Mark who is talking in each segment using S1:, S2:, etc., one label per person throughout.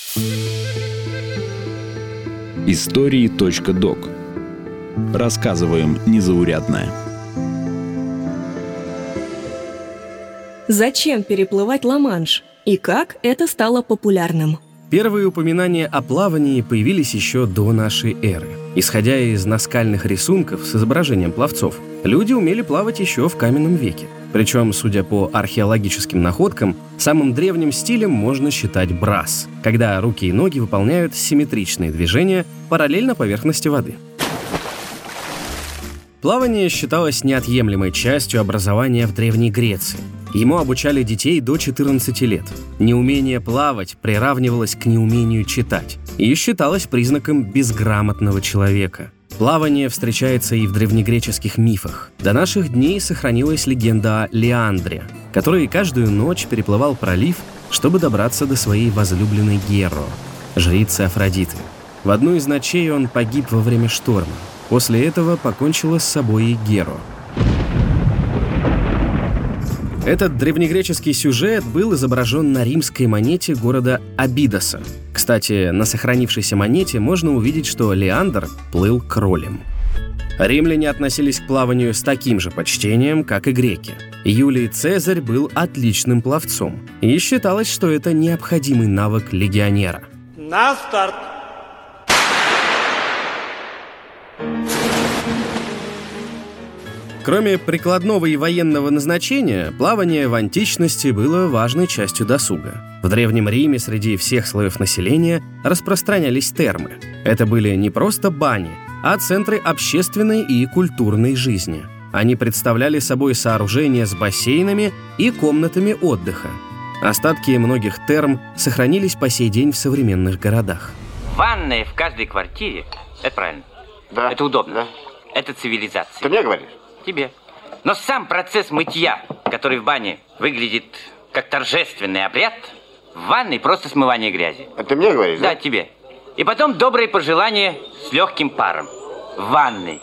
S1: Истории.док. Рассказываем незаурядное.
S2: Зачем переплывать Ла-Манш? И как это стало популярным?
S3: Первые упоминания о плавании появились еще до нашей эры. Исходя из наскальных рисунков с изображением пловцов, люди умели плавать еще в каменном веке. Причем, судя по археологическим находкам, самым древним стилем можно считать брас, когда руки и ноги выполняют симметричные движения параллельно поверхности воды. Плавание считалось неотъемлемой частью образования в Древней Греции. Ему обучали детей до 14 лет. Неумение плавать приравнивалось к неумению читать и считалось признаком безграмотного человека. Плавание встречается и в древнегреческих мифах. До наших дней сохранилась легенда о Леандре, который каждую ночь переплывал пролив, чтобы добраться до своей возлюбленной Геро, жрицы Афродиты. В одну из ночей он погиб во время шторма. После этого покончила с собой и Геро. Этот древнегреческий сюжет был изображен на римской монете города Абидоса. Кстати, на сохранившейся монете можно увидеть, что Леандр плыл кролем. Римляне относились к плаванию с таким же почтением, как и греки. Юлий Цезарь был отличным пловцом, и считалось, что это необходимый навык легионера.
S4: На старт!
S3: Кроме прикладного и военного назначения, плавание в античности было важной частью досуга. В Древнем Риме среди всех слоев населения распространялись термы. Это были не просто бани, а центры общественной и культурной жизни. Они представляли собой сооружения с бассейнами и комнатами отдыха. Остатки многих терм сохранились по сей день в современных городах.
S5: Ванная в каждой квартире – это правильно.
S6: Да.
S5: Это удобно.
S6: Да.
S5: Это цивилизация.
S6: Ты мне говоришь?
S5: Тебе. Но сам процесс мытья, который в бане выглядит как торжественный обряд, в ванной просто смывание грязи.
S6: А ты мне говоришь,
S5: да? Да, тебе. И потом добрые пожелания с легким паром. В ванной.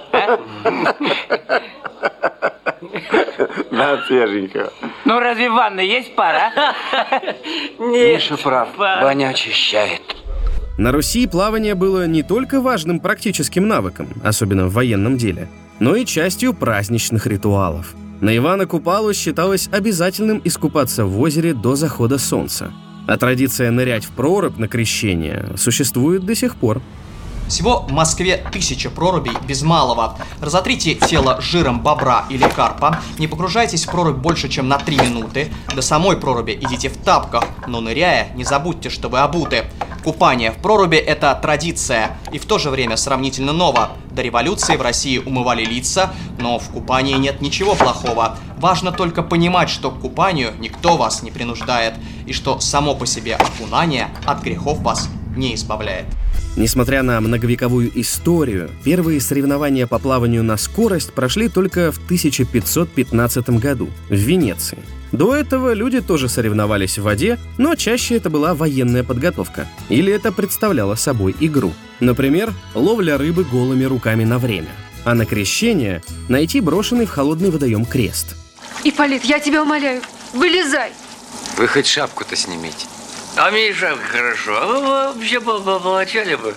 S6: Да, свеженько.
S5: Ну, разве в ванной есть пар, а?
S7: Нет. Миша прав. Баня очищает.
S3: На Руси плавание было не только важным практическим навыком, особенно в военном деле, но и частью праздничных ритуалов. На Ивана Купалу считалось обязательным искупаться в озере до захода солнца. А традиция нырять в прорубь на крещение существует до сих пор.
S8: Всего в Москве 1000 прорубей без малого. Разотрите тело жиром бобра или карпа, не погружайтесь в прорубь больше, чем на 3 минуты. До самой проруби идите в тапках, но ныряя, не забудьте, что вы обуты. Купание в проруби – это традиция, и в то же время сравнительно ново. До революции в России умывали лица, но в купании нет ничего плохого. Важно только понимать, что к купанию никто вас не принуждает, и что само по себе окунание от грехов вас не избавляет.
S3: Несмотря на многовековую историю, первые соревнования по плаванию на скорость прошли только в 1515 году в Венеции. До этого люди тоже соревновались в воде, но чаще это была военная подготовка, или это представляло собой игру. Например, ловля рыбы голыми руками на время, а на крещение найти брошенный в холодный водоем крест.
S9: Ипполит, я тебя умоляю, вылезай!
S7: Вы хоть шапку-то снимите.
S5: А мне и шапка хорошо, а вы вообще помолчали бы.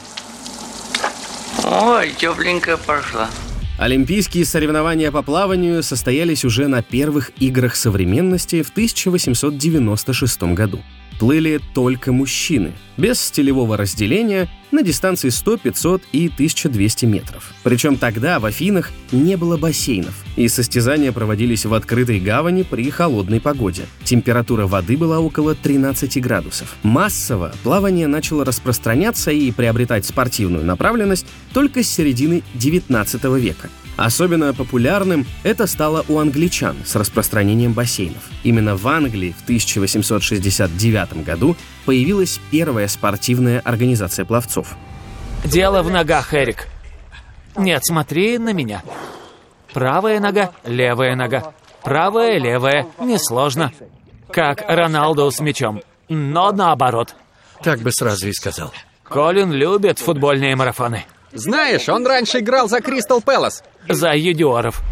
S5: Ой, тепленько пошла.
S3: Олимпийские соревнования по плаванию состоялись уже на первых играх современности в 1896 году. Плыли только мужчины, без стилевого разделения, на дистанции 100, 500 и 1200 метров. Причем тогда в Афинах не было бассейнов, и состязания проводились в открытой гавани при холодной погоде. Температура воды была около 13 градусов. Массово плавание начало распространяться и приобретать спортивную направленность только с середины 19 века. Особенно популярным это стало у англичан с распространением бассейнов. Именно в Англии в 1869 году появилась первая спортивная организация пловцов.
S10: Дело в ногах, Эрик. Нет, смотри на меня. Правая нога, левая нога. Правая, левая. Несложно. Как Роналду с мячом. Но наоборот.
S11: Так бы сразу и сказал.
S10: Колин любит футбольные марафоны.
S11: Знаешь, он раньше играл за Кристал Пэлас.
S10: За юниоров.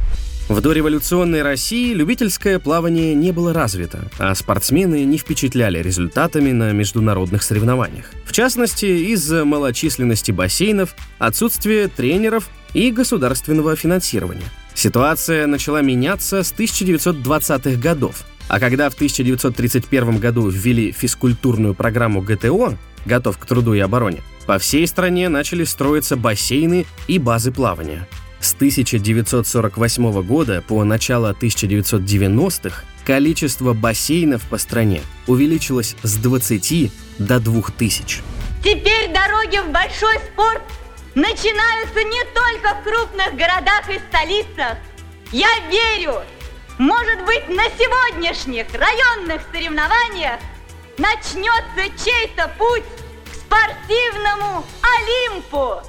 S3: В дореволюционной России любительское плавание не было развито, а спортсмены не впечатляли результатами на международных соревнованиях. В частности, из-за малочисленности бассейнов, отсутствия тренеров и государственного финансирования. Ситуация начала меняться с 1920-х годов, а когда в 1931 году ввели физкультурную программу ГТО «Готов к труду и обороне», по всей стране начали строиться бассейны и базы плавания. С 1948 года по начало 1990-х количество бассейнов по стране увеличилось с 20 до 2000.
S4: Теперь дороги в большой спорт начинаются не только в крупных городах и столицах. Я верю, может быть, на сегодняшних районных соревнованиях начнется чей-то путь к спортивному Олимпу.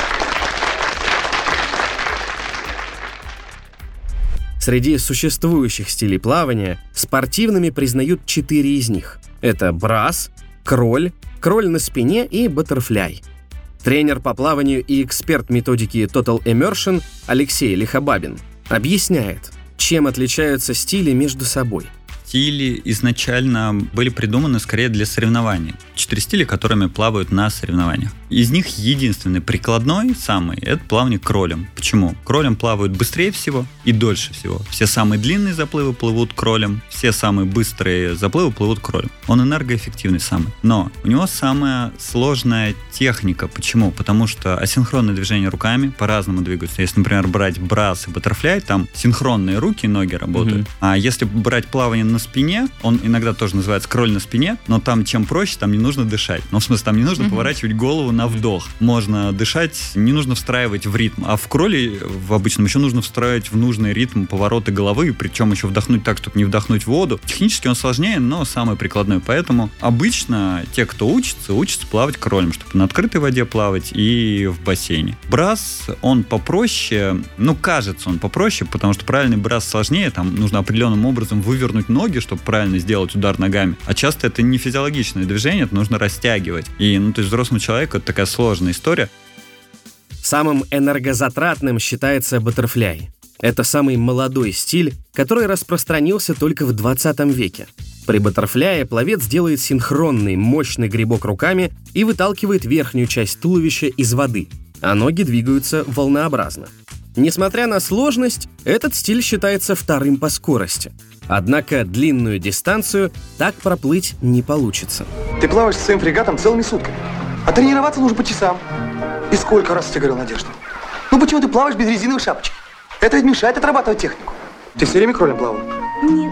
S3: Среди существующих стилей плавания спортивными признают 4 из них. Это брас, кроль, кроль на спине и баттерфляй. Тренер по плаванию и эксперт методики Total Immersion Алексей Лихобабин объясняет, чем отличаются стили между собой.
S12: Стили изначально были придуманы скорее для соревнований. 4 стиля, которыми плавают на соревнованиях. Из них единственный прикладной, самый, это плавание кролем. Почему? Кролем плавают быстрее всего и дольше всего. Все самые длинные заплывы плывут кролем, все самые быстрые заплывы плывут кролем. Он энергоэффективный самый. Но у него самая сложная техника. Почему? Потому что асинхронные движения руками по-разному двигаются. Если, например, брать брас и баттерфляй, там синхронные руки и ноги работают. А если брать плавание на спине, он иногда тоже называется кроль на спине, но там чем проще, там не нужно дышать. Ну, в смысле, там не нужно поворачивать голову на вдох. Можно дышать, не нужно встраивать в ритм. А в кроле, в обычном, еще нужно встраивать в нужный ритм повороты головы, причем еще вдохнуть так, чтобы не вдохнуть воду. Технически он сложнее, но самый прикладной. Поэтому обычно те, кто учатся плавать кролем, чтобы на открытой воде плавать и в бассейне. Брас, он попроще, кажется, он попроще, потому что правильный брас сложнее, там нужно определенным образом вывернуть ноги, чтобы правильно сделать удар ногами. А часто это не физиологичное движение, это нужно растягивать. И, то есть взрослому человеку это такая сложная история.
S3: Самым энергозатратным считается баттерфляй. Это самый молодой стиль, который распространился только в 20 веке. При баттерфляе пловец делает синхронный, мощный грибок руками и выталкивает верхнюю часть туловища из воды, а ноги двигаются волнообразно. Несмотря на сложность, этот стиль считается вторым по скорости. Однако длинную дистанцию так проплыть не получится.
S13: Ты плаваешь с своим фрегатом целыми сутками, а тренироваться нужно по часам. И сколько раз тебе говорил, Надежда? Почему ты плаваешь без резиновых шапочек? Это ведь мешает отрабатывать технику. Ты все время кролем плавал?
S14: Нет.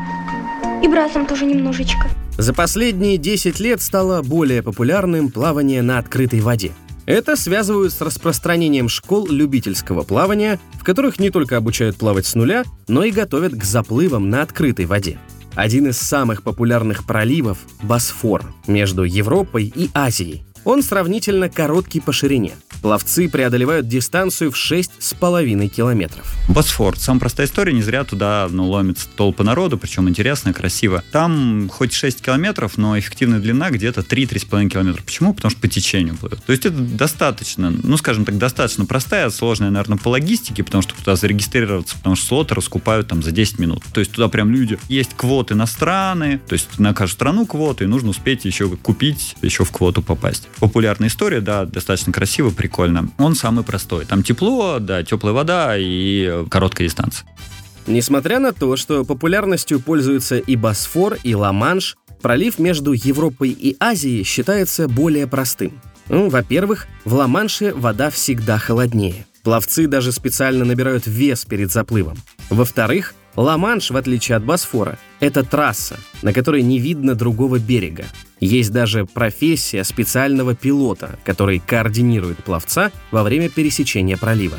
S14: И брасом тоже немножечко.
S3: За последние 10 лет стало более популярным плавание на открытой воде. Это связывают с распространением школ любительского плавания, в которых не только обучают плавать с нуля, но и готовят к заплывам на открытой воде. Один из самых популярных проливов – Босфор, между Европой и Азией. Он сравнительно короткий по ширине. Пловцы преодолевают дистанцию в 6,5 километров.
S12: Босфор. Самая простая история, не зря туда ломятся толпы народу, причем интересно, красиво. Там хоть 6 километров, но эффективная длина где-то 3-3,5 километра. Почему? Потому что по течению плывет. То есть это достаточно, достаточно простая, сложная, наверное, по логистике, потому что туда зарегистрироваться, потому что слоты раскупают там за 10 минут. То есть туда прям люди, есть квоты на страны, то есть на каждую страну квоты, и нужно успеть еще купить, еще в квоту попасть. Популярная история, да, достаточно красиво, прикольно. Он самый простой. Там тепло, да, теплая вода и короткая дистанция.
S3: Несмотря на то, что популярностью пользуются и Босфор, и Ла-Манш, пролив между Европой и Азией считается более простым. Во-первых, в Ла-Манше вода всегда холоднее. Пловцы даже специально набирают вес перед заплывом. Во-вторых, Ла-Манш, в отличие от Босфора, это трасса, на которой не видно другого берега. Есть даже профессия специального пилота, который координирует пловца во время пересечения пролива.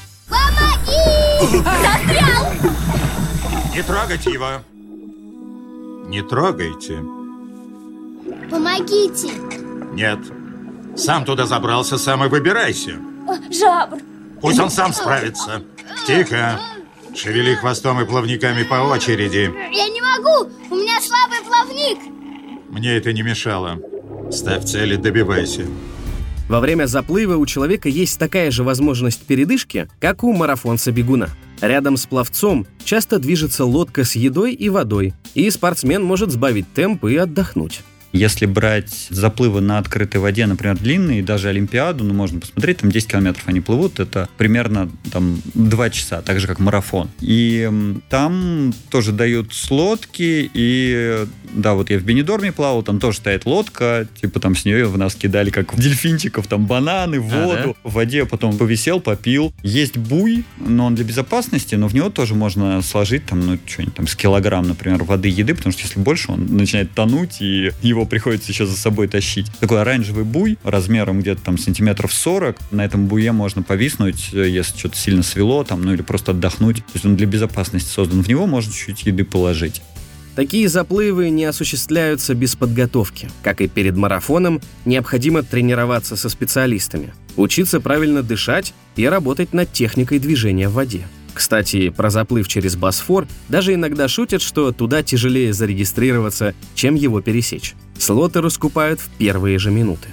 S4: Помоги! Застрял!
S15: Не трогайте его! Не трогайте.
S4: Помогите!
S15: Нет. Сам туда забрался, сам и выбирайся.
S4: Жабр!
S15: Пусть он сам справится. Тихо. Шевели хвостом и плавниками по очереди.
S4: Я не могу! У меня слабый плавник!
S15: Мне это не мешало. Ставь цель и добивайся.
S3: Во время заплыва у человека есть такая же возможность передышки, как у марафонца-бегуна. Рядом с пловцом часто движется лодка с едой и водой, и спортсмен может сбавить темп и отдохнуть.
S12: Если брать заплывы на открытой воде, например, длинные, даже Олимпиаду, можно посмотреть, там 10 километров они плывут, это примерно 2 часа, так же, как марафон. И там тоже дают с лодки, и да, вот я в Бенидорме плавал, там тоже стоит лодка, типа там с нее в нас кидали, как в дельфинчиков, там бананы, воду, в воде потом повисел, попил. Есть буй, но он для безопасности, но в него тоже можно сложить там, что-нибудь там с килограмм, например, воды, еды, потому что если больше, он начинает тонуть, и его приходится еще за собой тащить. Такой оранжевый буй размером где-то там сантиметров 40. На этом буе можно повиснуть, если что-то сильно свело, там, или просто отдохнуть. То есть он для безопасности создан. В него можно чуть-чуть еды положить.
S3: Такие заплывы не осуществляются без подготовки. Как и перед марафоном, необходимо тренироваться со специалистами, учиться правильно дышать и работать над техникой движения в воде. Кстати, про заплыв через Босфор даже иногда шутят, что туда тяжелее зарегистрироваться, чем его пересечь. Слоты раскупают в первые же минуты.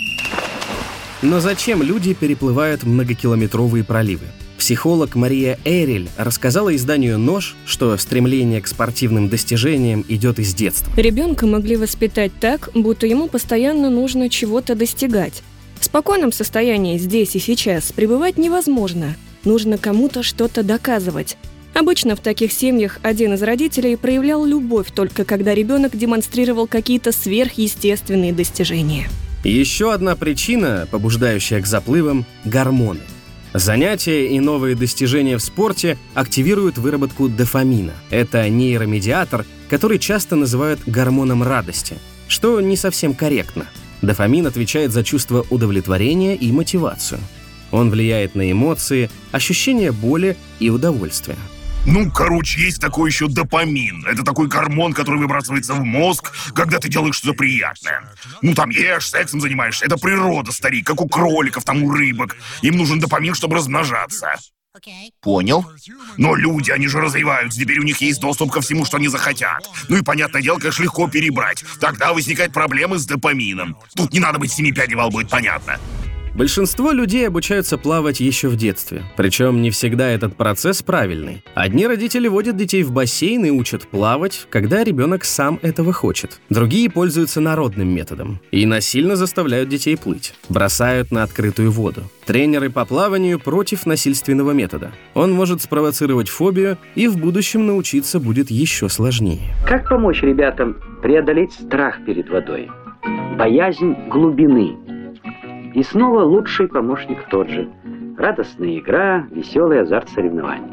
S3: Но зачем люди переплывают многокилометровые проливы? Психолог Мария Эрель рассказала изданию «Нож», что стремление к спортивным достижениям идет из детства.
S2: Ребенка могли воспитать так, будто ему постоянно нужно чего-то достигать. В спокойном состоянии здесь и сейчас пребывать невозможно. Нужно кому-то что-то доказывать. Обычно в таких семьях один из родителей проявлял любовь только когда ребенок демонстрировал какие-то сверхъестественные достижения.
S3: Еще одна причина, побуждающая к заплывам – гормоны. Занятия и новые достижения в спорте активируют выработку дофамина. Это нейромедиатор, который часто называют гормоном радости, что не совсем корректно. Дофамин отвечает за чувство удовлетворения и мотивацию. Он влияет на эмоции, ощущение боли и удовольствия.
S16: Есть такой еще допамин. Это такой гормон, который выбрасывается в мозг, когда ты делаешь что-то приятное. Ешь, сексом занимаешься. Это природа, старик, как у кроликов, там у рыбок. Им нужен допамин, чтобы размножаться. Понял. Но люди, они же развиваются, теперь у них есть доступ ко всему, что они захотят. И понятное дело, конечно, легко перебрать. Тогда возникают проблемы с допамином. Тут не надо быть 7 пядей во лбу, будет понятно.
S3: Большинство людей обучаются плавать еще в детстве. Причем не всегда этот процесс правильный. Одни родители водят детей в бассейн и учат плавать, когда ребенок сам этого хочет. Другие пользуются народным методом и насильно заставляют детей плыть. Бросают на открытую воду. Тренеры по плаванию против насильственного метода. Он может спровоцировать фобию, и в будущем научиться будет еще сложнее.
S17: Как помочь ребятам преодолеть страх перед водой? Боязнь глубины. И снова лучший помощник тот же. Радостная игра, веселый азарт соревнований.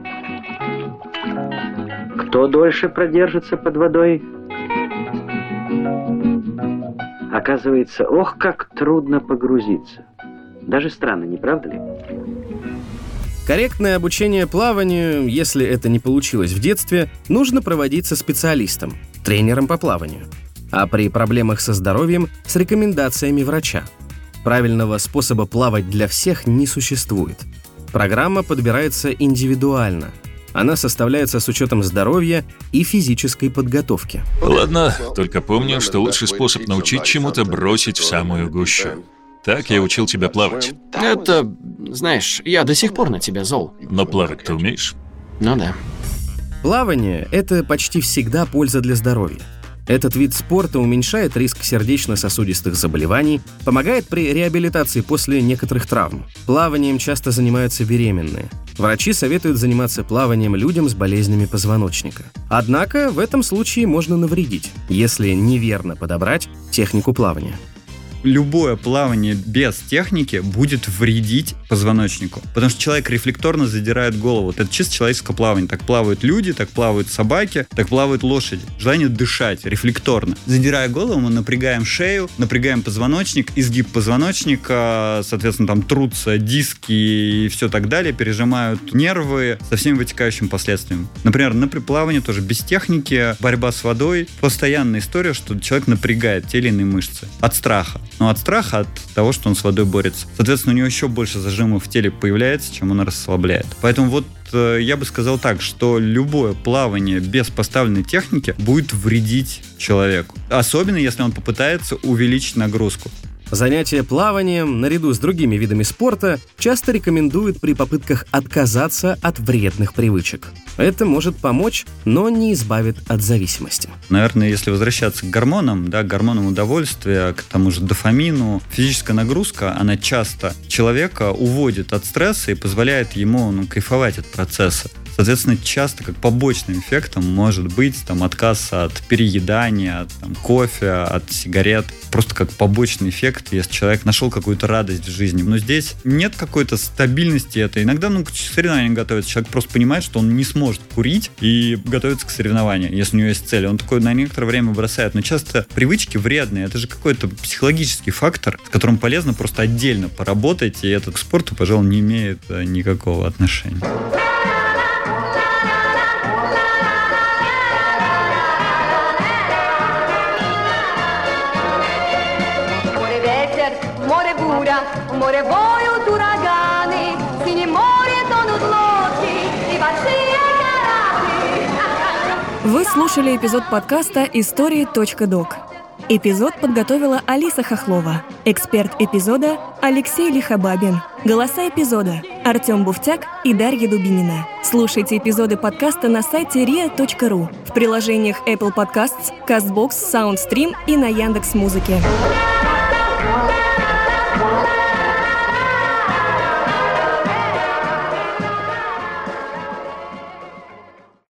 S17: Кто дольше продержится под водой? Оказывается, ох, как трудно погрузиться. Даже странно, не правда ли?
S3: Корректное обучение плаванию, если это не получилось в детстве, нужно проводить со специалистом, тренером по плаванию. А при проблемах со здоровьем – с рекомендациями врача. Правильного способа плавать для всех не существует. Программа подбирается индивидуально. Она составляется с учетом здоровья и физической подготовки.
S18: Ладно, только помню, что лучший способ научить чему-то — бросить в самую гущу. Так я учил тебя плавать.
S19: Это, знаешь, я до сих пор на тебя зол.
S18: Но плавать ты умеешь?
S19: Ну да.
S3: Плавание – это почти всегда польза для здоровья. Этот вид спорта уменьшает риск сердечно-сосудистых заболеваний, помогает при реабилитации после некоторых травм. Плаванием часто занимаются беременные. Врачи советуют заниматься плаванием людям с болезнями позвоночника. Однако в этом случае можно навредить, если неверно подобрать технику плавания.
S12: Любое плавание без техники будет вредить позвоночнику. Потому что человек рефлекторно задирает голову. Это чисто человеческое плавание. Так плавают люди, так плавают собаки, так плавают лошади. Желание дышать рефлекторно. Задирая голову, мы напрягаем шею, напрягаем позвоночник, изгиб позвоночника, соответственно, там трутся диски и все так далее, пережимают нервы со всеми вытекающими последствиями. Например, на плавании тоже без техники, борьба с водой, постоянная история, что человек напрягает те или иные мышцы от страха. Но от страха, от того, что он с водой борется. Соответственно, у него еще больше зажимов в теле появляется, чем он расслабляет. Поэтому вот я бы сказал так, что любое плавание без поставленной техники будет вредить человеку. Особенно, если он попытается увеличить нагрузку.
S3: Занятие плаванием, наряду с другими видами спорта, часто рекомендуют при попытках отказаться от вредных привычек. Это может помочь, но не избавит от зависимости.
S12: Наверное, если возвращаться к гормонам, да, к гормонам удовольствия, к тому же дофамину, физическая нагрузка, она часто человека уводит от стресса и позволяет ему кайфовать от процесса. Соответственно, часто как побочным эффектом может быть отказ от переедания, от кофе, от сигарет. Просто как побочный эффект, если человек нашел какую-то радость в жизни. Но здесь нет какой-то стабильности. Это иногда к соревнованиям готовится. Человек просто понимает, что он не сможет курить и готовится к соревнованию, если у него есть цель. Он такое на некоторое время бросает. Но часто привычки вредные. Это же какой-то психологический фактор, с которым полезно просто отдельно поработать. И это к спорту, пожалуй, не имеет никакого отношения.
S20: Море воют ураганы, в синем море тонут лодки и большие корабли.
S2: Вы слушали эпизод подкаста «Истории.док». Эпизод подготовила Алиса Хохлова. Эксперт эпизода – Алексей Лихобабин. Голоса эпизода – Артем Буфтяк и Дарья Дубинина. Слушайте эпизоды подкаста на сайте ria.ru, в приложениях Apple Podcasts, CastBox, SoundStream и на Яндекс.Музыке.